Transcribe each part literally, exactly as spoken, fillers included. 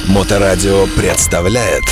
Моторадио представляет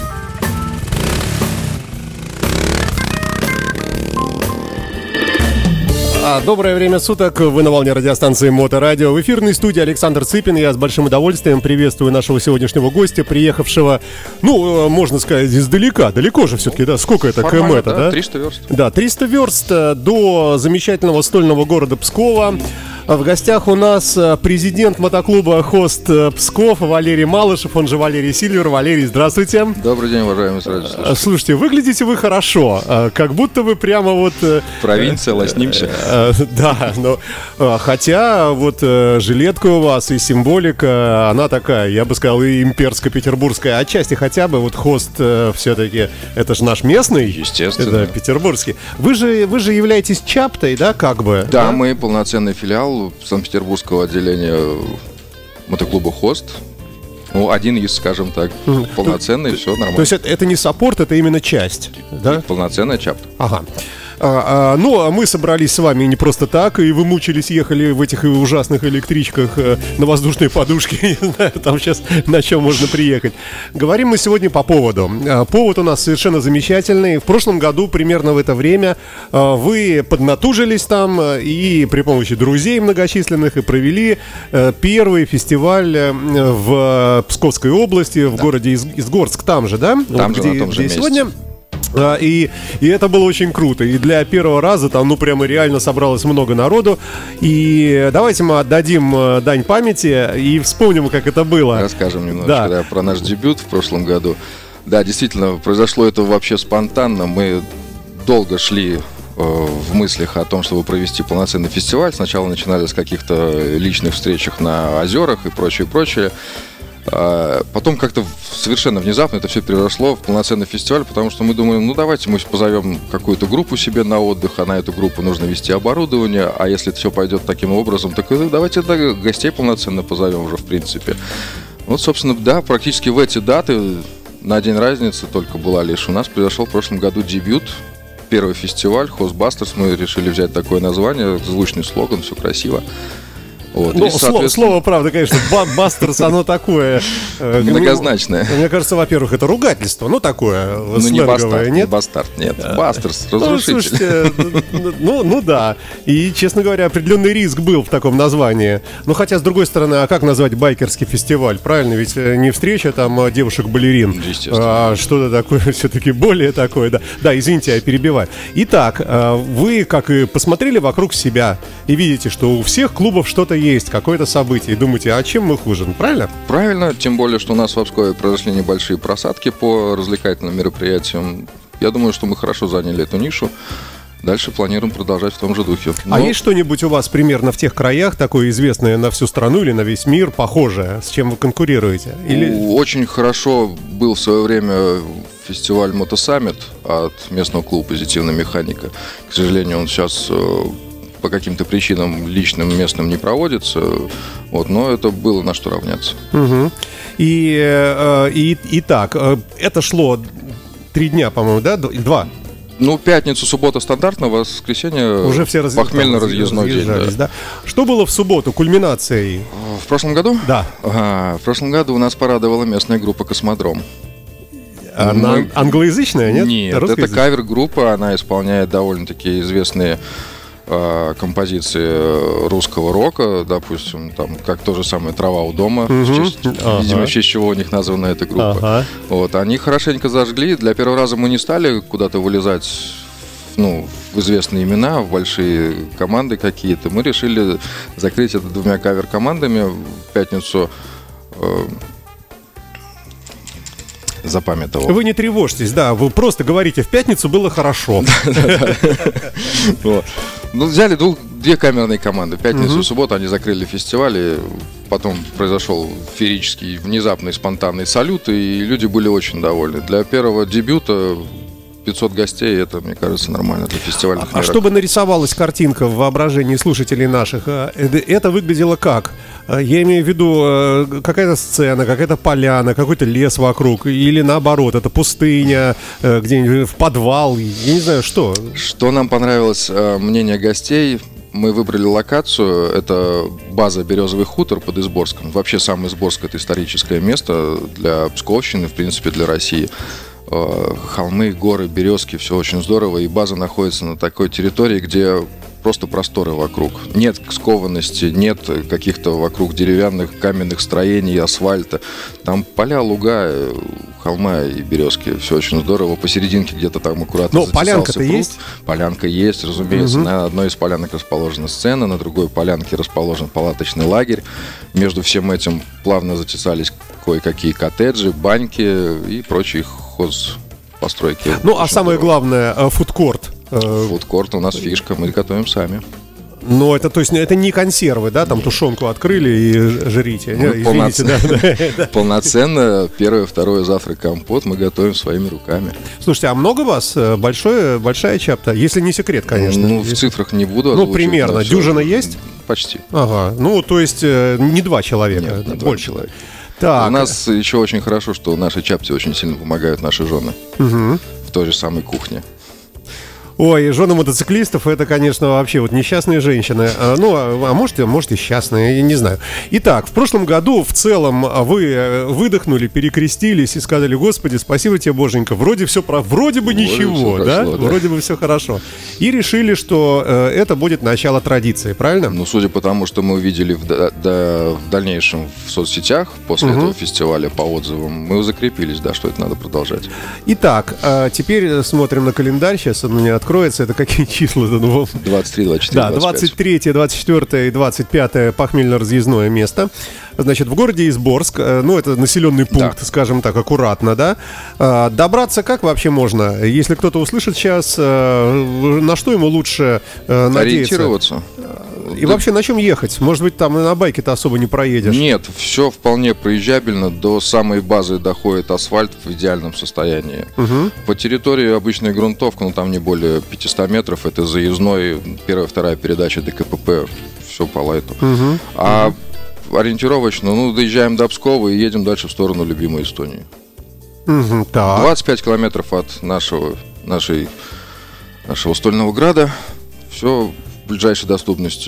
Доброе время суток, вы на волне радиостанции Моторадио. В эфирной студии Александр Цыпин. Я с большим удовольствием приветствую нашего сегодняшнего гостя, приехавшего, ну, можно сказать, издалека. Далеко же все-таки, да? Сколько это км-то, да? триста верст. Да, триста верст до замечательного стольного города Пскова. В гостях у нас президент мотоклуба «Хост Псков» Валерий Малышев, он же Валерий Сильвер. Валерий, здравствуйте. Добрый день, уважаемые радиослушатели. Слушайте, выглядите вы хорошо, как будто вы прямо вот... Провинция, лоснимся. Да, но хотя вот жилетка у вас и символика, она такая, я бы сказал, и имперско-петербургская отчасти хотя бы. Вот «Хост» все-таки, это же наш местный. Естественно. Это петербургский. Вы же, вы же являетесь чаптой, да, как бы? Да, да? Мы полноценный филиал Санкт-Петербургского отделения мотоклуба «Хост». Ну, один из, скажем так, полноценный, все нормально. То есть это, это не саппорт, это именно часть, да? Полноценная чапта. Ага. А, а, ну, а мы собрались с вами не просто так, и вы мучились, ехали в этих ужасных электричках э, на воздушной подушке, не знаю, там сейчас на чем можно приехать. Говорим мы сегодня по поводу. А, повод у нас совершенно замечательный. В прошлом году, примерно в это время, а, вы поднатужились там и при помощи друзей многочисленных и провели а, первый фестиваль а, в Псковской области, в да. городе Из- Изгорск, там же, да? Там вот, же, где, на том же где месте. Сегодня... И, и это было очень круто. И для первого раза там, ну, прямо реально собралось много народу. И давайте мы отдадим дань памяти и вспомним, как это было. Расскажем немножко да. Да, про наш дебют в прошлом году. Да, действительно, произошло это вообще спонтанно. Мы долго шли э, в мыслях о том, чтобы провести полноценный фестиваль. Сначала начинали с каких-то личных встречах на озерах и прочее, прочее. Потом как-то совершенно внезапно это все переросло в полноценный фестиваль, потому что мы думаем, ну давайте мы позовем какую-то группу себе на отдых, а на эту группу нужно вести оборудование, а если все пойдет таким образом, так давайте гостей полноценно позовем уже в принципе. Вот, собственно, да, практически в эти даты, на день разницы только была лишь, у нас произошел в прошлом году дебют, первый фестиваль «Хост Бастерс», мы решили взять такое название, звучный слоган, все красиво. Вот. Ну, и, соответственно... слово, правда, конечно, бастерс, оно такое... Многозначное. Мне кажется, во-первых, это ругательство, ну, такое ну, сленговое, не нет? Бастард, нет, бастерс, разрушитель. Ну, слушайте, ну, ну да, и, честно говоря, определенный риск был в таком названии. Ну, хотя, с другой стороны, а как назвать байкерский фестиваль, правильно? Ведь не встреча там девушек-балерин, а что-то такое, все-таки более такое, да. Да, извините, я перебиваю. Итак, вы, как и посмотрели вокруг себя и видите, что у всех клубов что-то есть, какое-то событие, и думаете, а чем мы хуже, правильно? Правильно, тем более, что у нас в Пскове произошли небольшие просадки по развлекательным мероприятиям. Я думаю, что мы хорошо заняли эту нишу. Дальше планируем продолжать в том же духе. Но... А есть что-нибудь у вас примерно в тех краях, такое известное на всю страну или на весь мир, похожее, с чем вы конкурируете? Или... Очень хорошо был в свое время фестиваль «Мотосаммит» от местного клуба «Позитивная механика». К сожалению, он сейчас... по каким-то причинам личным, местным не проводится, вот, но это было на что равняться. Угу. И, э, и, и так, э, это шло три дня, по-моему, да? Два? Ну, пятницу, суббота стандартно, воскресенье уже все раз... похмельно-разъездной день. Да. Да. Что было в субботу, кульминацией? В прошлом году? Да. Ага, в прошлом году у нас порадовала местная группа «Космодром». Она Мы... англоязычная, нет? Нет, это кавер-группа, она исполняет довольно-таки известные композиции русского рока, допустим, там, как то же самое «Трава у дома», uh-huh. в честь, uh-huh. видимо, в честь чего у них названа эта группа. Uh-huh. Вот, они хорошенько зажгли. Для первого раза мы не стали куда-то вылезать, ну, в известные имена, в большие команды какие-то. Мы решили закрыть это двумя кавер-командами в пятницу. Э- запамятовал. Вы не тревожьтесь, да, вы просто говорите, в пятницу было хорошо. Ну, взяли две камерные команды. В пятницу и субботу они закрыли фестиваль, и потом произошел феерический, внезапный, спонтанный салют, и люди были очень довольны. Для первого дебюта пятьсот гостей, это, мне кажется, нормально для фестивальных А, а чтобы нарисовалась картинка в воображении слушателей наших, это выглядело как? Я имею в виду какая-то сцена, какая-то поляна, какой-то лес вокруг, или наоборот, это пустыня, где-нибудь в подвал, я не знаю, что. Что нам понравилось, мнение гостей. мы выбрали локацию, это база «Березовый хутор» под Изборском. Вообще сам Изборск — это историческое место для Псковщины, в принципе, для России. Холмы, горы, березки, все очень здорово. И база находится на такой территории, где просто просторы вокруг. Нет скованности, нет каких-то вокруг деревянных каменных строений, асфальта. Там поля, луга, холма и березки. Все очень здорово. Посерединке где-то там аккуратно Но затесался полянка-то пруд. есть? Полянка есть, разумеется. Угу. На одной из полянок расположена сцена, на другой полянке расположен палаточный лагерь. Между всем этим плавно затесались кое-какие коттеджи, баньки и прочие хозпостройки. Ну, а Очень самое здорово. главное, фудкорт. Фудкорт у нас фишка, мы готовим сами. Ну, это, то есть, это не консервы, да? Там тушенку открыли и жрите. Мы Не, полноц- извините, да, да. Полноценно первое, второе, завтрак, компот мы готовим своими руками. Слушайте, а много вас? Большое, большая чапта? Если не секрет, конечно. Ну, в Если- цифрах не буду Ну, озвучивать, примерно. но всё- Дюжина есть? Почти. Ага. Ну, то есть, э, не два человека. Нет, не два больше. человека. Так. У нас еще очень хорошо, что нашей чапте очень сильно помогают наши жены. Мгм. В той же самой кухне. Ой, жены мотоциклистов — это, конечно, вообще вот несчастные женщины. А, ну, а, а может, может и счастные, я не знаю. Итак, в прошлом году в целом вы э, выдохнули, перекрестились и сказали: Господи, спасибо тебе, Боженька, вроде все про... вроде бы Вроде ничего, всё да? прошло, да. Вроде бы все хорошо. И решили, что э, это будет начало традиции, правильно? Ну, судя по тому, что мы увидели в, да- да- в дальнейшем в соцсетях после Мгм. этого фестиваля по отзывам, мы закрепились, да, что это надо продолжать. Итак, а теперь смотрим на календарь, сейчас он у меня откроется. Это какие числа? Ну, двадцать три, двадцать четыре, Да, двадцать пять. двадцать третье, двадцать четвёртое и двадцать пятое похмельно-разъездное место. Значит, в городе Изборск, э, ну, это населенный пункт, Да. скажем так, аккуратно, да. А, добраться как вообще можно? Если кто-то услышит сейчас, э, на что ему лучше э, надеяться? Ориентироваться. И вообще на чем ехать? Может быть, там и на байке-то особо не проедешь. Нет, все вполне проезжабельно. До самой базы доходит асфальт в идеальном состоянии. Мгм. По территории обычная грунтовка, ну там не более пятьсот метров. Это заездной, первая, вторая передача ДКПП. Все по лайту. Мгм. А ориентировочно, ну, доезжаем до Пскова и едем дальше в сторону любимой Эстонии. Мгм, так. двадцать пять километров от нашего, нашей, нашего стольного града. Все в ближайшей доступности.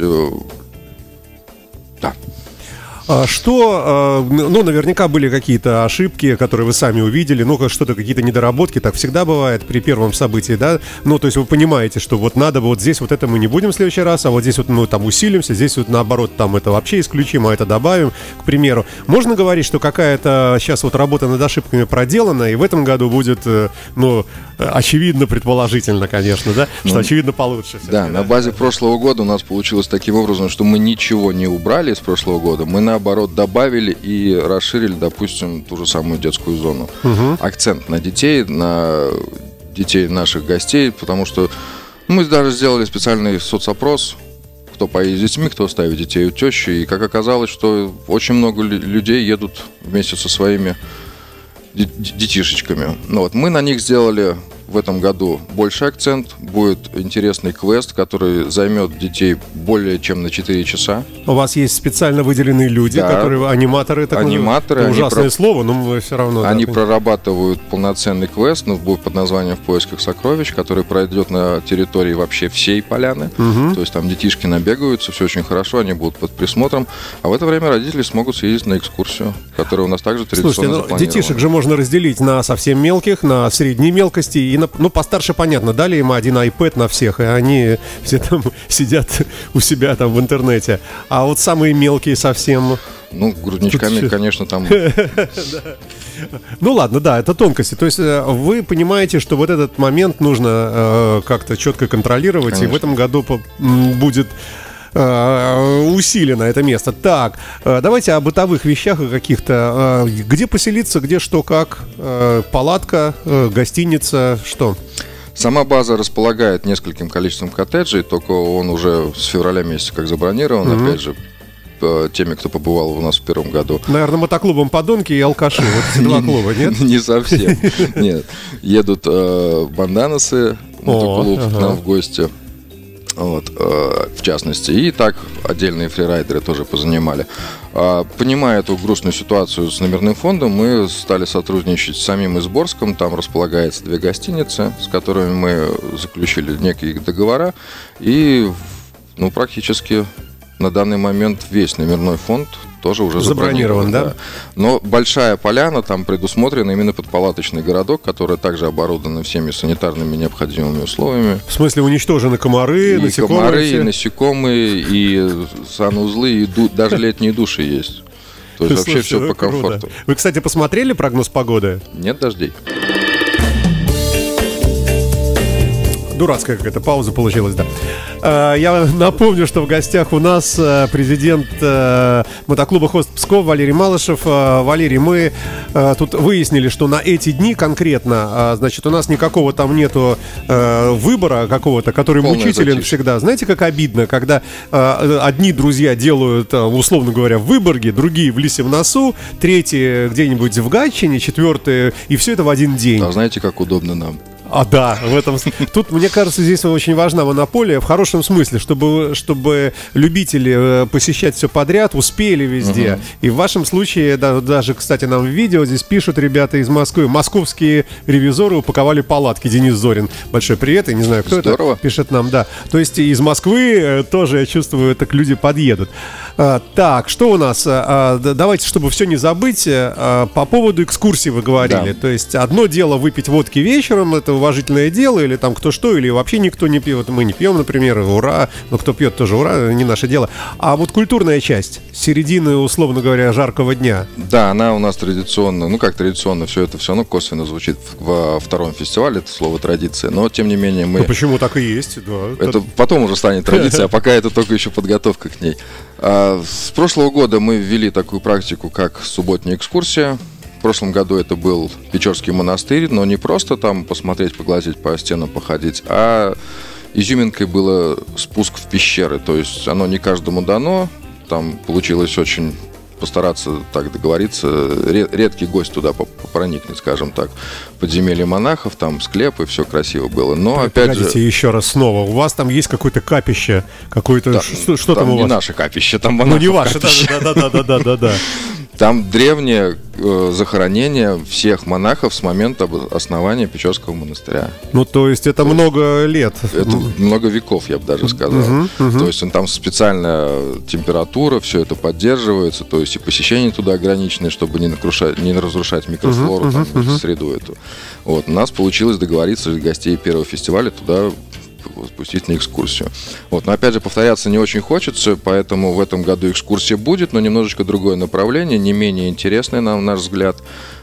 Да. А Что, э, ну, наверняка были какие-то ошибки, которые вы сами увидели, ну, как что-то, какие-то недоработки, так всегда бывает при первом событии, да? Ну, то есть вы понимаете, что вот надо вот здесь вот это мы не будем в следующий раз, а вот здесь вот мы там усилимся, здесь вот наоборот там это вообще исключим, а это добавим, к примеру. Можно говорить, что какая-то сейчас вот работа над ошибками проделана, и в этом году будет, э, ну, очевидно, предположительно, конечно, да? Что Ну, очевидно получше. Да, всё-таки, на базе прошлого года у нас получилось таким образом, что мы ничего не убрали из прошлого года, мы наоборот добавили и расширили, допустим, ту же самую детскую зону. Мгм. Акцент на детей, на детей наших гостей, потому что мы даже сделали специальный соцопрос, кто поедет с детьми, кто оставит детей у тещи, и как оказалось, что очень много лю- людей едут вместе со своими де- детишечками. Ну вот, мы на них сделали в этом году больше акцент. Будет интересный квест, который займет детей более чем на четыре часа. У вас есть специально выделенные люди, Да. которые аниматоры, так Аниматоры, называемые. они Ужасное про- слово, но мы все равно. да, Они понимаем. прорабатывают полноценный квест, ну, будет под названием «В поисках сокровищ», который пройдет на территории вообще всей поляны. Мгм. То есть там детишки набегаются, все очень хорошо, они будут под присмотром. А в это время родители смогут съездить на экскурсию, которая у нас также Слушайте, традиционно ну, запланирована. детишек же можно разделить на совсем мелких, на средней мелкости и на, ну, постарше, понятно, дали им один iPad на всех, и они все там сидят у себя там в интернете. А вот самые мелкие совсем... Ну, грудничками, Тут- конечно, там... Ну ладно, да, это тонкости. То есть э, вы понимаете, что вот этот момент нужно э, как-то четко контролировать, и в Конечно. этом году по- м, будет э, усилено это место. Так, э, давайте о бытовых вещах и каких-то. Э, где поселиться, где что, как? Э, палатка, э, гостиница, что? Сама база располагает нескольким количеством коттеджей, только он уже с февраля месяца как забронирован, Мгм. опять же, э, теми, кто побывал у нас в первом году. Наверное, мотоклубом «Подонки» и «Алкаши». Вот эти два клуба, нет? Не совсем. Нет. Едут э, банданосы, мотоклуб ага. к нам в гости. Вот, э, в частности. И так отдельные фрирайдеры тоже позанимали. А, понимая эту грустную ситуацию с номерным фондом, мы стали сотрудничать с самим Изборском. Там располагается две гостиницы, с которыми мы заключили некие договора. И Ну, практически на данный момент весь номерной фонд тоже уже забронирован, забронирован, да? да. Но большая поляна там предусмотрена именно под палаточный городок, который также оборудован всеми санитарными необходимыми условиями. В смысле, уничтожены комары, и насекомые? комары, все? и насекомые, и санузлы, и ду- даже летние души есть. То есть вообще все по комфорту. Вы, кстати, посмотрели прогноз погоды? Нет дождей. Дурацкая какая-то пауза получилась, да. Я напомню, что в гостях у нас президент мотоклуба «Хост Псков» Валерий Малышев. Валерий, мы тут выяснили, что на эти дни конкретно, значит, у нас никакого там нету выбора какого-то, который Полное мучителен затишье. всегда. Знаете, как обидно, когда одни друзья делают, условно говоря, в Выборге, другие в Лисе в Носу, третьи где-нибудь в Гатчине, четвертые, и все это в один день. А знаете, как удобно нам? А, да, в этом... Тут, мне кажется, здесь очень важна монополия в хорошем смысле, чтобы, чтобы любители посещать все подряд успели везде. Uh-huh. И в вашем случае, да, даже, кстати, нам в видео здесь пишут ребята из Москвы. Московские ревизоры упаковали палатки. Денис Зорин. Большой привет. Я не знаю, кто Здорово. это пишет нам, да. То есть из Москвы тоже, я чувствую, так люди подъедут. А, так, что у нас? А, давайте, чтобы все не забыть, а, по поводу экскурсии вы говорили. Да. То есть одно дело выпить водки вечером, это уважительное дело, или там кто что, или вообще никто не пьет. Мы не пьем, например, ура. Но кто пьет, тоже ура, не наше дело. А вот культурная часть, середины, условно говоря, жаркого дня. Да, она у нас традиционно, ну как традиционно, все это все равно косвенно звучит во втором фестивале, это слово традиция, но тем не менее мы... Ну почему так и есть, да. Это потом уже станет традицией, а пока это только еще подготовка к ней. А, с прошлого года мы ввели такую практику, как субботняя экскурсия. В прошлом году это был Печорский монастырь, но не просто там посмотреть, поглазеть по стенам, походить, а изюминкой было спуск в пещеры. То есть оно не каждому дано, там получилось очень постараться так договориться. Редкий гость туда проникнет, скажем так. Подземелье монахов, там склепы, все красиво было. Но опять Погодите, же... еще раз снова. У вас там есть какое-то капище, какое-то... Да, что, что там, там у не вас? наше капище, там Ну монахов не ваше, капище. да-да-да-да-да-да-да. Там древнее э, захоронение всех монахов с момента основания Печорского монастыря. Ну, то есть это много лет. Это много веков, я бы даже сказал. Uh-huh, uh-huh. То есть он, там специальная температура, все это поддерживается, то есть и посещение туда ограниченное, чтобы не, накрушать, не разрушать микрофлору, uh-huh, там, uh-huh. среду эту. Вот. У нас получилось договориться с гостей первого фестиваля туда спустить на экскурсию. Вот. Но опять же, повторяться не очень хочется, поэтому в этом году экскурсия будет, но немножечко другое направление, не менее интересное, на наш взгляд.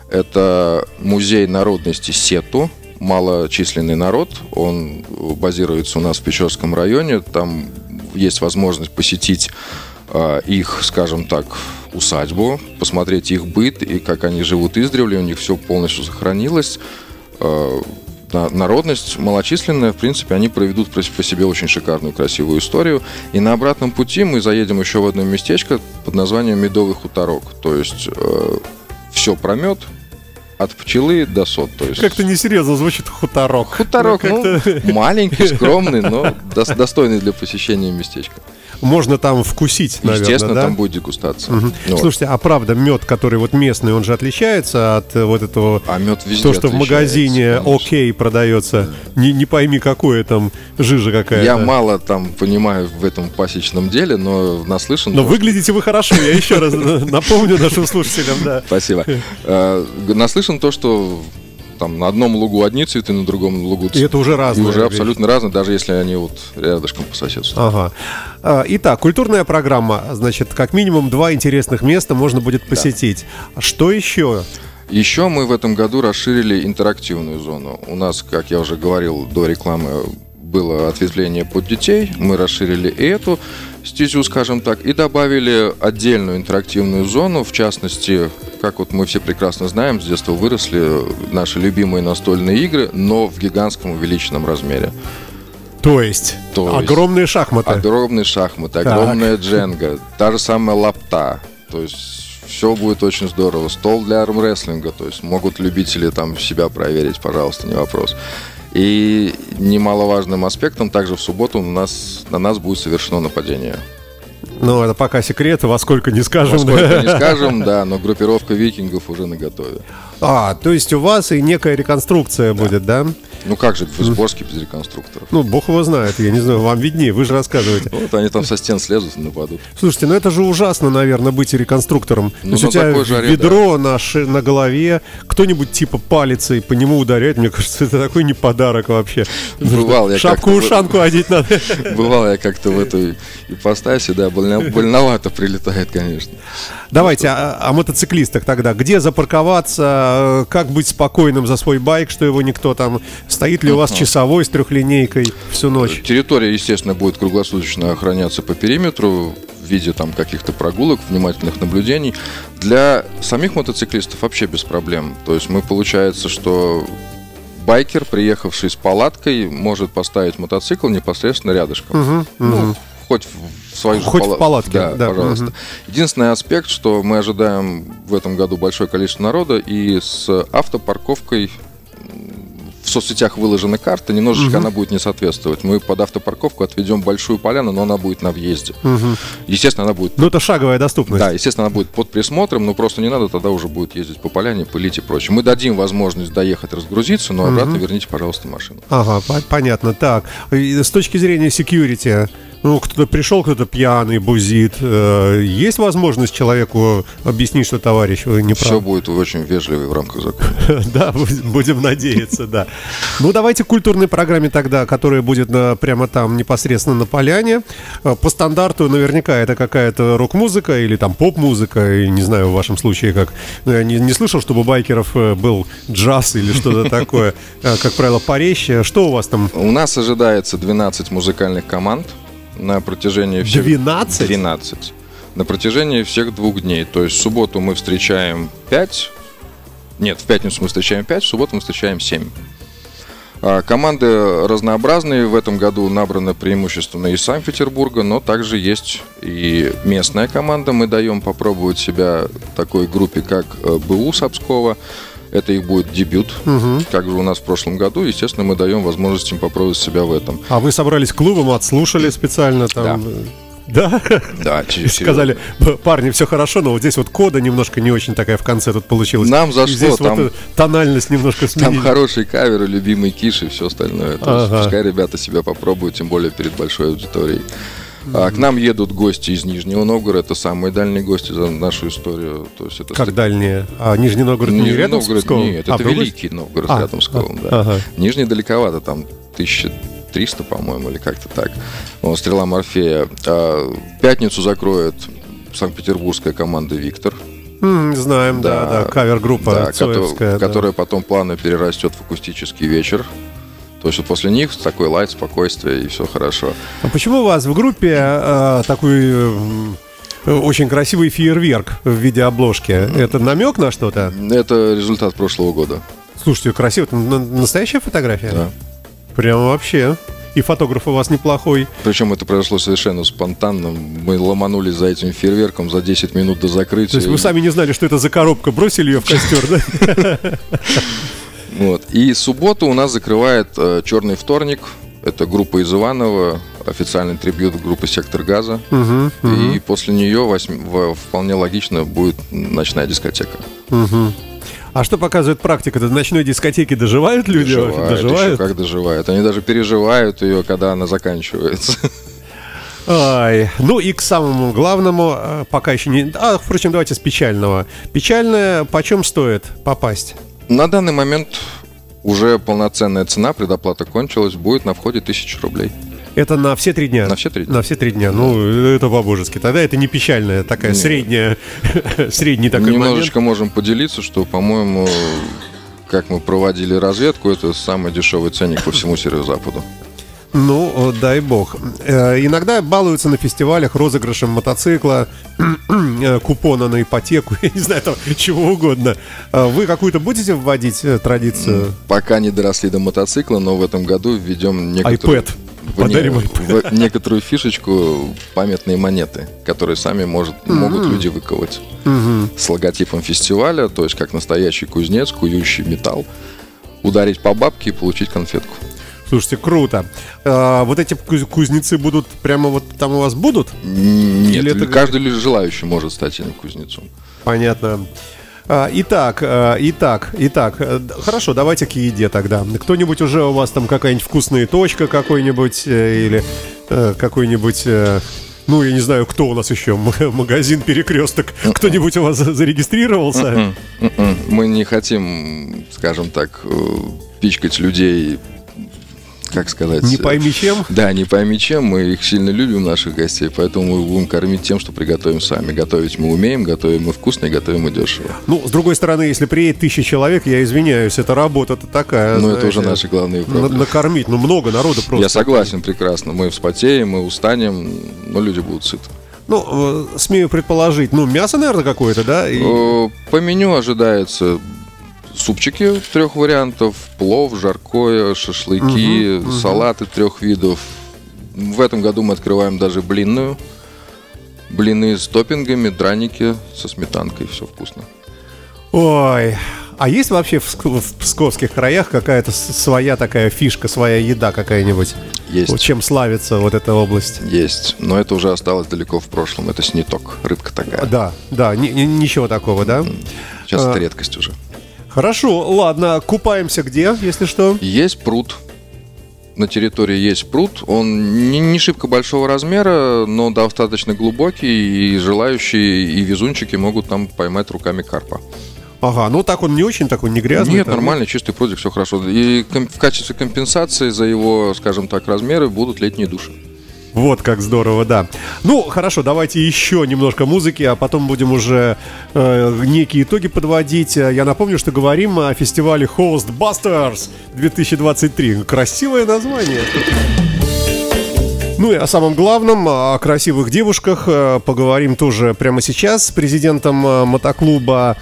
Это музей народности Сету, малочисленный народ, он базируется у нас в Печорском районе, там есть возможность посетить э, их, скажем так, усадьбу, посмотреть их быт и как они живут издревле, у них все полностью сохранилось. Э, Народность малочисленная, в принципе, они проведут по себе очень шикарную, красивую историю. И на обратном пути мы заедем еще в одно местечко под названием Медовый хуторок. То есть э, все про мед, от пчелы до сот. То есть... Как-то несерьезно звучит хуторок. Хуторок, ну, ну маленький, скромный, но достойный для посещения местечко. Можно там вкусить, наверное, естественно, да? там будет дегустация. Угу. Ну, слушайте, а правда, мед, который вот местный, он же отличается от вот этого... А мед везде то, что в магазине окей продается. Да. Не, не пойми, какое там жижа какая-то. Я мало там понимаю в этом пасечном деле, но наслышан... Но выглядите что... вы хорошо, я еще раз напомню нашим слушателям, да. Спасибо. Наслышан то, что... Там на одном лугу одни цветы, на другом лугу цветы. И это уже разные. И уже абсолютно разные, даже если они вот рядышком по соседству. Ага. Итак, культурная программа. Значит, как минимум два интересных места можно будет посетить. Да. Что еще? Еще мы в этом году расширили интерактивную зону. У нас, как я уже говорил до рекламы, было ответвление под детей. Мы расширили и эту стезю, скажем так, и добавили отдельную интерактивную зону. В частности, как вот мы все прекрасно знаем, с детства выросли наши любимые настольные игры, но в гигантском увеличенном размере. То есть, То огромные есть шахматы. Огромные шахматы, так. огромная дженга, та же самая лапта. То есть все будет очень здорово. Стол для армрестлинга, то есть могут любители там себя проверить, пожалуйста, не вопрос. И немаловажным аспектом, также в субботу у нас, на нас будет совершено нападение. Ну, это пока секрет, во сколько не скажем. Во сколько да? не скажем, да, но группировка викингов уже наготове. А, то есть у вас и некая реконструкция да. будет, да? Ну как же в Изборске без реконструкторов? Ну, бог его знает, я не знаю, вам виднее, вы же рассказываете. Вот они там со стен слезут и нападут. Слушайте, ну это же ужасно, наверное, быть реконструктором. Ну, То есть у тебя жаре, ведро да. на, ши, на голове, кто-нибудь типа палицей по нему ударяет, мне кажется, это такой не подарок вообще. Бывал я шапку-ушанку в... одеть надо. Бывал я как-то в этой ипостаси, да, больно, больновато прилетает, конечно. Давайте о, о мотоциклистах тогда. Где запарковаться, как быть спокойным за свой байк, что его никто там... Стоит ли у вас часовой с трехлинейкой всю ночь? Территория, естественно, будет круглосуточно охраняться по периметру в виде там каких-то прогулок, внимательных наблюдений. Для самих мотоциклистов вообще без проблем. То есть мы, получается, что байкер, приехавший с палаткой, может поставить мотоцикл непосредственно рядышком. Угу, ну, угу. Хоть в свою же Хоть пала... в палатке, да, да, пожалуйста. Угу. Единственный аспект, что мы ожидаем в этом году большое количество народа, и с автопарковкой в соцсетях выложена карта, немножечко угу. она будет не соответствовать. Мы под автопарковку отведем большую поляну, но она будет на въезде. Угу. Естественно, она будет... Ну, это шаговая доступность. Да, естественно, она будет под присмотром, но просто не надо, тогда уже будет ездить по поляне, пылить и прочее. Мы дадим возможность доехать, разгрузиться, но обратно угу. верните, пожалуйста, машину. Ага, понятно. Так, с точки зрения security, ну, кто-то пришел, кто-то пьяный, бузит. Есть возможность человеку объяснить, что товарищ, вы не правы? Все будет очень вежливо в рамках закона. Да, будем надеяться, да. Ну, давайте к культурной программе тогда, которая будет прямо там, непосредственно на поляне. По стандарту наверняка это какая-то рок-музыка или там поп-музыка, и не знаю, в вашем случае как. Я не, не слышал, чтобы у байкеров был джаз или что-то такое. Как правило, порезче. Что у вас там? У нас ожидается двенадцать музыкальных команд. На протяжении всех... двенадцать? двенадцать. На протяжении всех двух дней. То есть в субботу мы встречаем пять. Нет, в пятницу мы встречаем пять, в субботу мы встречаем семь. А, команды разнообразные. В этом году набраны преимущественно из Санкт-Петербурга, но также есть и местная команда. Мы даем попробовать себя в такой группе, как БУ Сапского. Это их будет дебют, угу. как же у нас в прошлом году. Естественно, мы даем возможность им попробовать себя в этом. А вы собрались клубом, отслушали специально там? Да. Да? Да. Сказали, парни, все хорошо, но вот здесь вот кода немножко не очень такая в конце тут получилась. Нам зашло. Здесь там, вот тональность немножко сменили. Там хороший кавер, любимый Киш и все остальное. То ага. есть, пускай ребята себя попробуют, тем более перед большой аудиторией. А, к нам едут гости из Нижнего Новгорода. Это самые дальние гости за нашу историю. То есть это как ст... дальние? А Нижний Новгород Нижний не рядом Новгород, с Псковом? Нет, это а, Великий Новгород а, рядом с Псковом, а, да. Ага. Нижний далековато, там тысяча триста, по-моему, или как-то так. О, Стрела Морфея. А, в пятницу закроет санкт-петербургская команда «Виктор». Mm, знаем, да, да, да. Кавер-группа да, Цоевская. Которая, да. которая потом плавно перерастет в акустический вечер. То есть вот после них такой лайт, спокойствие и все хорошо. А почему у вас в группе э, такой э, очень красивый фейерверк в виде обложки? Mm-hmm. Это намек на что-то? Это результат прошлого года. Слушайте, красиво. Это настоящая фотография? Да. Прямо вообще. И фотограф у вас неплохой. Причем это произошло совершенно спонтанно. Мы ломанулись за этим фейерверком за десять минут до закрытия. То есть вы сами не знали, что это за коробка, бросили ее в костер, да? Вот. И субботу у нас закрывает э, «Черный вторник». Это группа из Иваново, официальный трибьют группы «Сектор газа». Uh-huh, uh-huh. И после нее восьм... вполне логично будет ночная дискотека. Uh-huh. А что показывает практика? До ночной дискотеки доживают люди? Доживают, доживают? Еще как доживают. Они даже переживают ее, когда она заканчивается. Ай, ну и к самому главному, пока еще не... А, впрочем, давайте с печального. Печальное, почем стоит попасть? На данный момент уже полноценная цена, предоплата кончилась, будет на входе тысяча рублей. Это на все три дня? На все три дня. На все три дня, ну это по-божески. Тогда это не печальная, такая Нет. средняя, средний такой Немножечко момент. Можем поделиться, что, по-моему, как мы проводили разведку, это самый дешевый ценник по всему Северо-Западу. Ну, дай бог. Иногда балуются на фестивалях розыгрышем мотоцикла, купона на ипотеку, я не знаю, там чего угодно. Вы какую-то будете вводить традицию? Пока не доросли до мотоцикла, но в этом году введем некоторую... iPad. Подарим iPad. В некоторую фишечку, памятные монеты, которые сами может, mm-hmm. могут люди выковать. Mm-hmm. С логотипом фестиваля, то есть как настоящий кузнец, кующий металл, ударить по бабке и получить конфетку. Слушайте, круто. А, вот эти кузнецы будут прямо вот там у вас будут? Нет, это... каждый желающий может стать этим кузнецом. Понятно. А, итак, а, итак, итак, хорошо, давайте к еде тогда. Кто-нибудь уже у вас там какая-нибудь вкусная точка какой-нибудь э, или э, какой-нибудь... Э, ну, я не знаю, кто у нас еще, магазин «Перекресток». Кто-нибудь у вас зарегистрировался? Мы не хотим, скажем так, пичкать людей, как сказать... Не пойми чем? Да, не пойми чем. Мы их сильно любим, наших гостей, поэтому мы будем кормить тем, что приготовим сами. Готовить мы умеем, готовим мы вкусно и готовим мы дешево. Ну, с другой стороны, если приедет тысяча человек, я извиняюсь, это работа-то такая. Ну, это уже наши главные проблемы. Накормить, ну, много народу просто. Я согласен, прекрасно. Мы вспотеем, мы устанем, но люди будут сыты. Ну, смею предположить, ну, мясо, наверное, какое-то, да? И... По меню ожидается... Супчики трех вариантов, плов, жаркое, шашлыки, угу, салаты угу. трех видов. В этом году мы открываем даже блинную. Блины с топпингами, драники со сметанкой, все вкусно. Ой, а есть вообще в, в псковских краях какая-то своя такая фишка, своя еда какая-нибудь? Есть. Вот чем славится вот эта область? Есть, но это уже осталось далеко в прошлом. Это сниток, рыбка такая. Да, да, ни, ни, ничего такого, да? Сейчас а... это редкость уже. Хорошо, ладно, купаемся где, если что? Есть пруд. На территории есть пруд. Он не, не шибко большого размера, но достаточно глубокий, и желающие и везунчики могут там поймать руками карпа. Ага, ну так он не очень, так он не грязный? Нет, там, нормальный, чистый прудик, все хорошо. И в качестве компенсации за его, скажем так, размеры будут летние души. Вот как здорово, да. Ну, хорошо, давайте еще немножко музыки, а потом будем уже э, некие итоги подводить. Я напомню, что говорим о фестивале Hostbusters две тысячи двадцать три. Красивое название. Ну и о самом главном, о красивых девушках, поговорим тоже прямо сейчас с президентом мотоклуба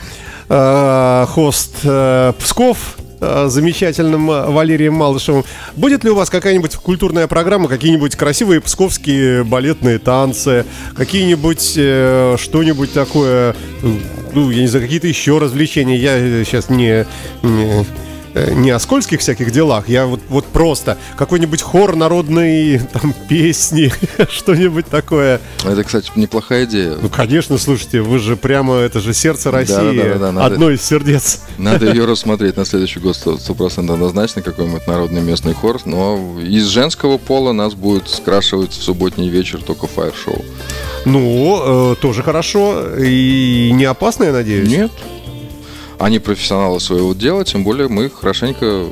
э, Хост э, Псков, замечательным Валерием Малышевым. Будет ли у вас какая-нибудь культурная программа, какие-нибудь красивые псковские балетные танцы, какие-нибудь э, что-нибудь такое, ну, я не знаю, какие-то еще развлечения? Я сейчас не... не не о скользких всяких делах, я вот, вот просто какой-нибудь хор народной там песни, что-нибудь такое. Это, кстати, неплохая идея. Ну, конечно, слушайте, вы же прямо, это же сердце России, да, да, да, да, одно надо, из сердец. Надо ее рассмотреть на следующий год, сто процентов однозначно, какой-нибудь народный местный хор, но из женского пола нас будет скрашивать в субботний вечер только фаер-шоу. Ну, э, тоже хорошо и не опасно, я надеюсь? Нет. Они профессионалы своего дела, тем более мы их хорошенько,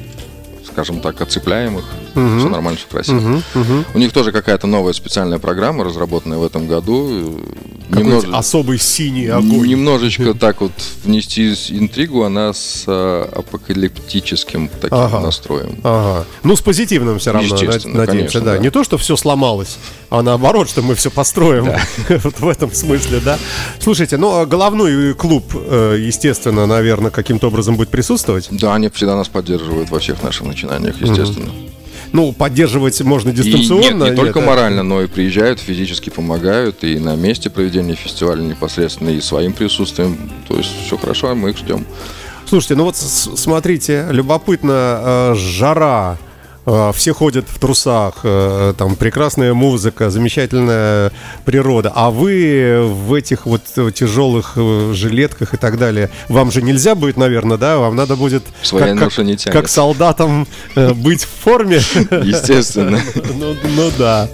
скажем так, отцепляем их. Uh-huh. Все нормально, все красиво. Uh-huh. Uh-huh. У них тоже какая-то новая специальная программа, разработанная в этом году. Немнож... особый синий огонь. Немножечко так вот внести интригу, она с а, апокалиптическим таким ага. настроем. Ага. Ну, с позитивным все равно, надеемся. Конечно, да. Да. Не то, что все сломалось, а наоборот, что мы все построим. Да. Вот в этом смысле, да. Слушайте, ну, головной клуб, естественно, наверное, каким-то образом будет присутствовать? Да, они всегда нас поддерживают во всех наших начинаниях, естественно. Mm-hmm. Ну, поддерживать можно дистанционно. И нет, не нет, только а... морально, но и приезжают, физически помогают, и на месте проведения фестиваля непосредственно, и своим присутствием. То есть все хорошо, а мы их ждем. Слушайте, ну вот смотрите, любопытно, э, жара, э, все ходят в трусах, э, там прекрасная музыка, замечательная природа, а вы в этих вот тяжелых э, жилетках и так далее, вам же нельзя будет, наверное, да, вам надо будет как, как, не тянет. как солдатам э, быть в форме. Естественно. Ну да.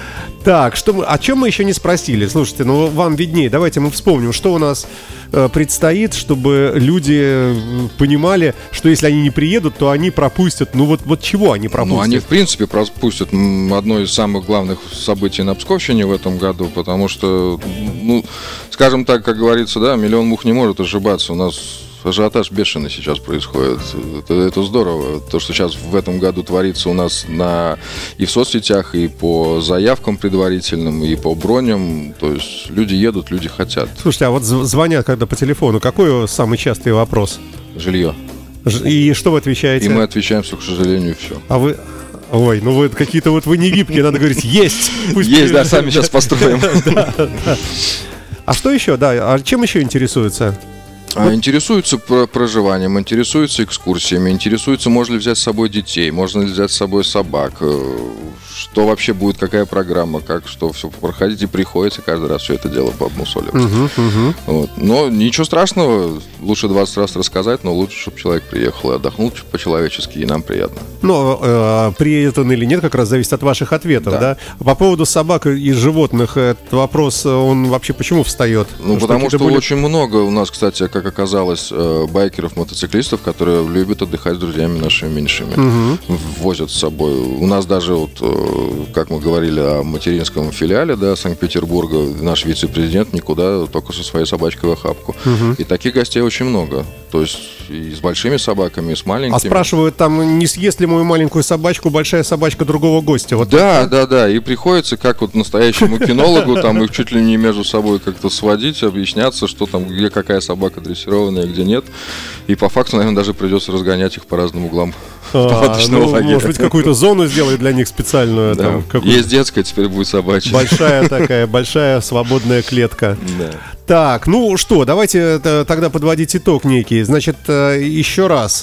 Так, что мы, о чем мы еще не спросили? Слушайте, ну вам виднее. Давайте мы вспомним, что у нас э, предстоит, чтобы люди понимали, что если они не приедут, то они пропустят. Ну вот, вот чего они пропустят? Ну они в принципе пропустят одно из самых главных событий на Псковщине в этом году, потому что, ну, скажем так, как говорится, да, миллион мух не может ошибаться. У нас ажиотаж бешеный сейчас происходит. Это, это здорово. То, что сейчас в этом году творится у нас на, и в соцсетях, и по заявкам предварительным, и по броням. То есть люди едут, люди хотят. Слушайте, а вот звонят когда по телефону, какой самый частый вопрос? Жилье. И что вы отвечаете? И мы отвечаем, что, к сожалению, все. А вы... Ой, ну вы какие-то вот вы не гибкие, надо говорить «есть». Есть, да, сами сейчас построим. А что еще, да, а чем еще интересуются? А, интересуются проживанием, интересуются экскурсиями, интересуются, можно ли взять с собой детей, можно ли взять с собой собак, что вообще будет, какая программа, как что все проходить, и приходится каждый раз все это дело пообмусоливать. Угу, угу. Вот. Но ничего страшного, лучше двадцать раз рассказать, но лучше, чтобы человек приехал и отдохнул по-человечески, и нам приятно. Но э, приедет он или нет, как раз зависит от ваших ответов, да? да? По поводу собак и животных, этот вопрос, он вообще почему встает? Ну, потому что были... очень много у нас, кстати, как оказалось, байкеров, мотоциклистов, которые любят отдыхать с друзьями нашими меньшими. Угу. Возят с собой. У нас даже, вот, как мы говорили о материнском филиале, да, Санкт-Петербурга, наш вице-президент никуда, только со своей собачкой в охапку. Угу. И таких гостей очень много. То есть и с большими собаками, и с маленькими. А спрашивают там, не съест ли мою маленькую собачку большая собачка другого гостя? Вот да, так? да, да. И приходится, как вот настоящему кинологу, там их чуть ли не между собой как-то сводить, объясняться, что там, где какая собака дрессированная, где нет. И по факту, наверное, даже придется разгонять их по разным углам. А, ну, может быть, какую-то зону сделать для них специальную. Да. Там, какую... Есть детская, теперь будет собачья. Большая такая, большая свободная клетка. Да. Так, ну что, давайте тогда подводить итог некий. Значит, еще раз,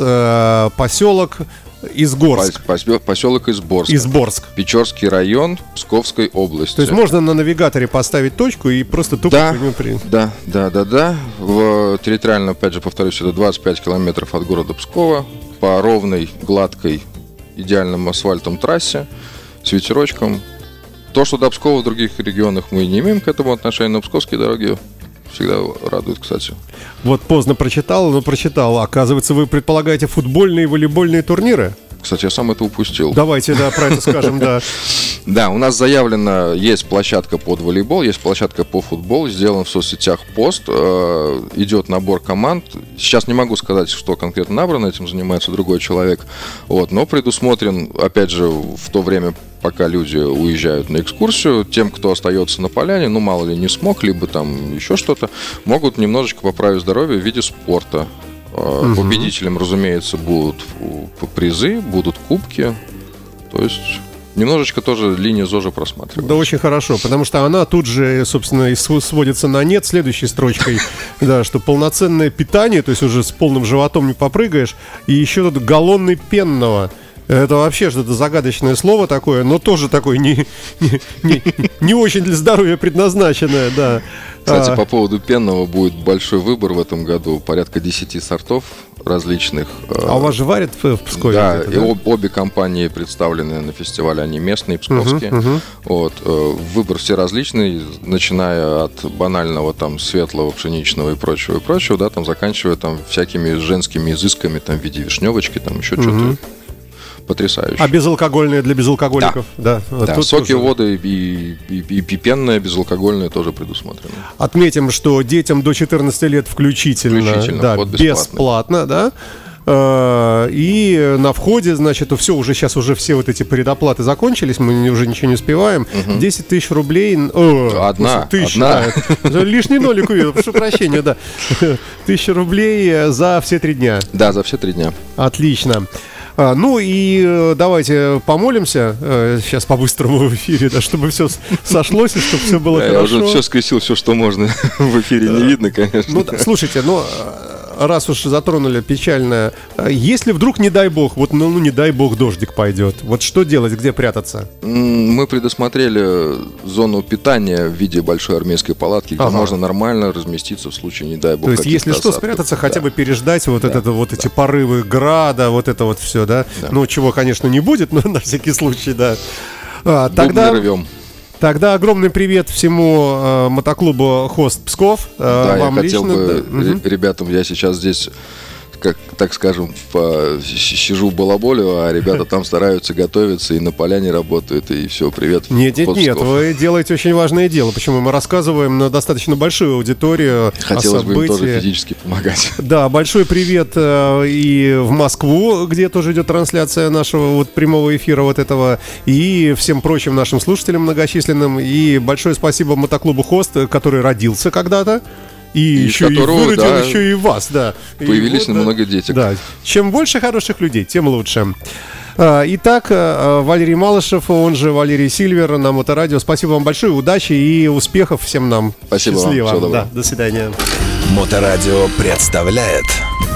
поселок Изборск. Поселок Изборск. Изборск. Печорский район Псковской области. То есть можно на навигаторе поставить точку и просто тупо да, по нему приехать. Да, да, да, да. В, территориально, опять же, повторюсь, это двадцать пять километров от города Пскова. По ровной, гладкой, идеальным асфальтом трассе, с ветерочком. То, что до Пскова в других регионах мы не имеем к этому отношения, но псковские дороги всегда радуют, кстати. Вот поздно прочитал, но прочитал. Оказывается, вы предполагаете футбольные и волейбольные турниры? Кстати, я сам это упустил. Давайте, да, про это скажем, да. Да, у нас заявлено, есть площадка под волейбол, есть площадка по футболу, сделан в соцсетях пост, э, идет набор команд. Сейчас не могу сказать, что конкретно набрано, этим занимается другой человек. Вот, но предусмотрен, опять же, в то время, пока люди уезжают на экскурсию, тем, кто остается на поляне, ну, мало ли, не смог, либо там еще что-то, могут немножечко поправить здоровье в виде спорта. Угу. Победителям, разумеется, будут призы, будут кубки. То есть немножечко тоже линия ЗОЖа просматривается. Да, очень хорошо, потому что она тут же, собственно, и сводится на нет следующей строчкой, да, что полноценное питание, то есть уже с полным животом не попрыгаешь, и еще тут галлонный пенного. Это вообще что-то загадочное слово такое, но тоже такое не, не, не, не очень для здоровья предназначенное, да. Кстати, а... по поводу пенного будет большой выбор в этом году, порядка десяти сортов различных. А у вас же варят в Пскове? Да, и да? об, обе компании представлены на фестивале, они местные, псковские. Uh-huh, uh-huh. Вот, выбор все различный, начиная от банального там светлого, пшеничного и прочего, и прочего, да, там заканчивая там всякими женскими изысками, там в виде вишневочки, там еще uh-huh. что-то. Потрясающе. А безалкогольные для безалкоголиков? Да, да. да. Соки, тоже... воды и, и, и, и пенное безалкогольное тоже предусмотрено. Отметим, что детям до четырнадцати лет включительно, включительно да, бесплатно, да. И на входе, значит, все, уже сейчас уже все вот эти предоплаты закончились, мы уже ничего не успеваем. Угу. десять тысяч рублей. О, одна, тысяч, одна. Да. Лишний нолик увидел, прошу прощения, да. Тысяча рублей за все три дня. Да, за все три дня. Отлично. А, ну и давайте помолимся э, сейчас по-быстрому в эфире, да, чтобы все сошлось и чтобы все было да, хорошо. Я уже все скрестил, все, что можно в эфире, не видно, конечно. Ну, да, слушайте, ну, раз уж затронули печальное, если вдруг, не дай бог, вот, ну, не дай бог, дождик пойдет, вот что делать, где прятаться? Мы предусмотрели зону питания в виде большой армейской палатки, где ага. можно нормально разместиться в случае, не дай бог. То есть, если что, спрятаться, да. хотя бы переждать вот, да. это, вот да. эти порывы града, вот это вот все, да? да? Ну, чего, конечно, не будет, но на всякий случай, да. А, тогда... рвем. Тогда огромный привет всему э, мотоклубу «Хост Псков». Э, да, вам я хотел лично, бы да. р- ребятам, я сейчас здесь, как, так скажем, по, сижу балаболю, а ребята там стараются, готовятся и на поляне работают, и все, привет. Нет, нет, нет, вы делаете очень важное дело. Почему мы рассказываем на достаточно большую аудиторию. Хотелось бы им тоже физически помогать. Да, большой привет э, и в Москву, где тоже идет трансляция нашего вот прямого эфира вот этого, и всем прочим нашим слушателям многочисленным. И большое спасибо мотоклубу «Хост», который родился когда-то. И, и еще которого, и выродил да, еще и вас, да. Появились вот, много детей. Да. Чем больше хороших людей, тем лучше. Итак, Валерий Малышев, он же Валерий Сильвер на Моторадио. Спасибо вам большое, удачи и успехов всем нам. Спасибо. Счастливо. Вам. Всего доброго. Да, до свидания. Моторадио представляет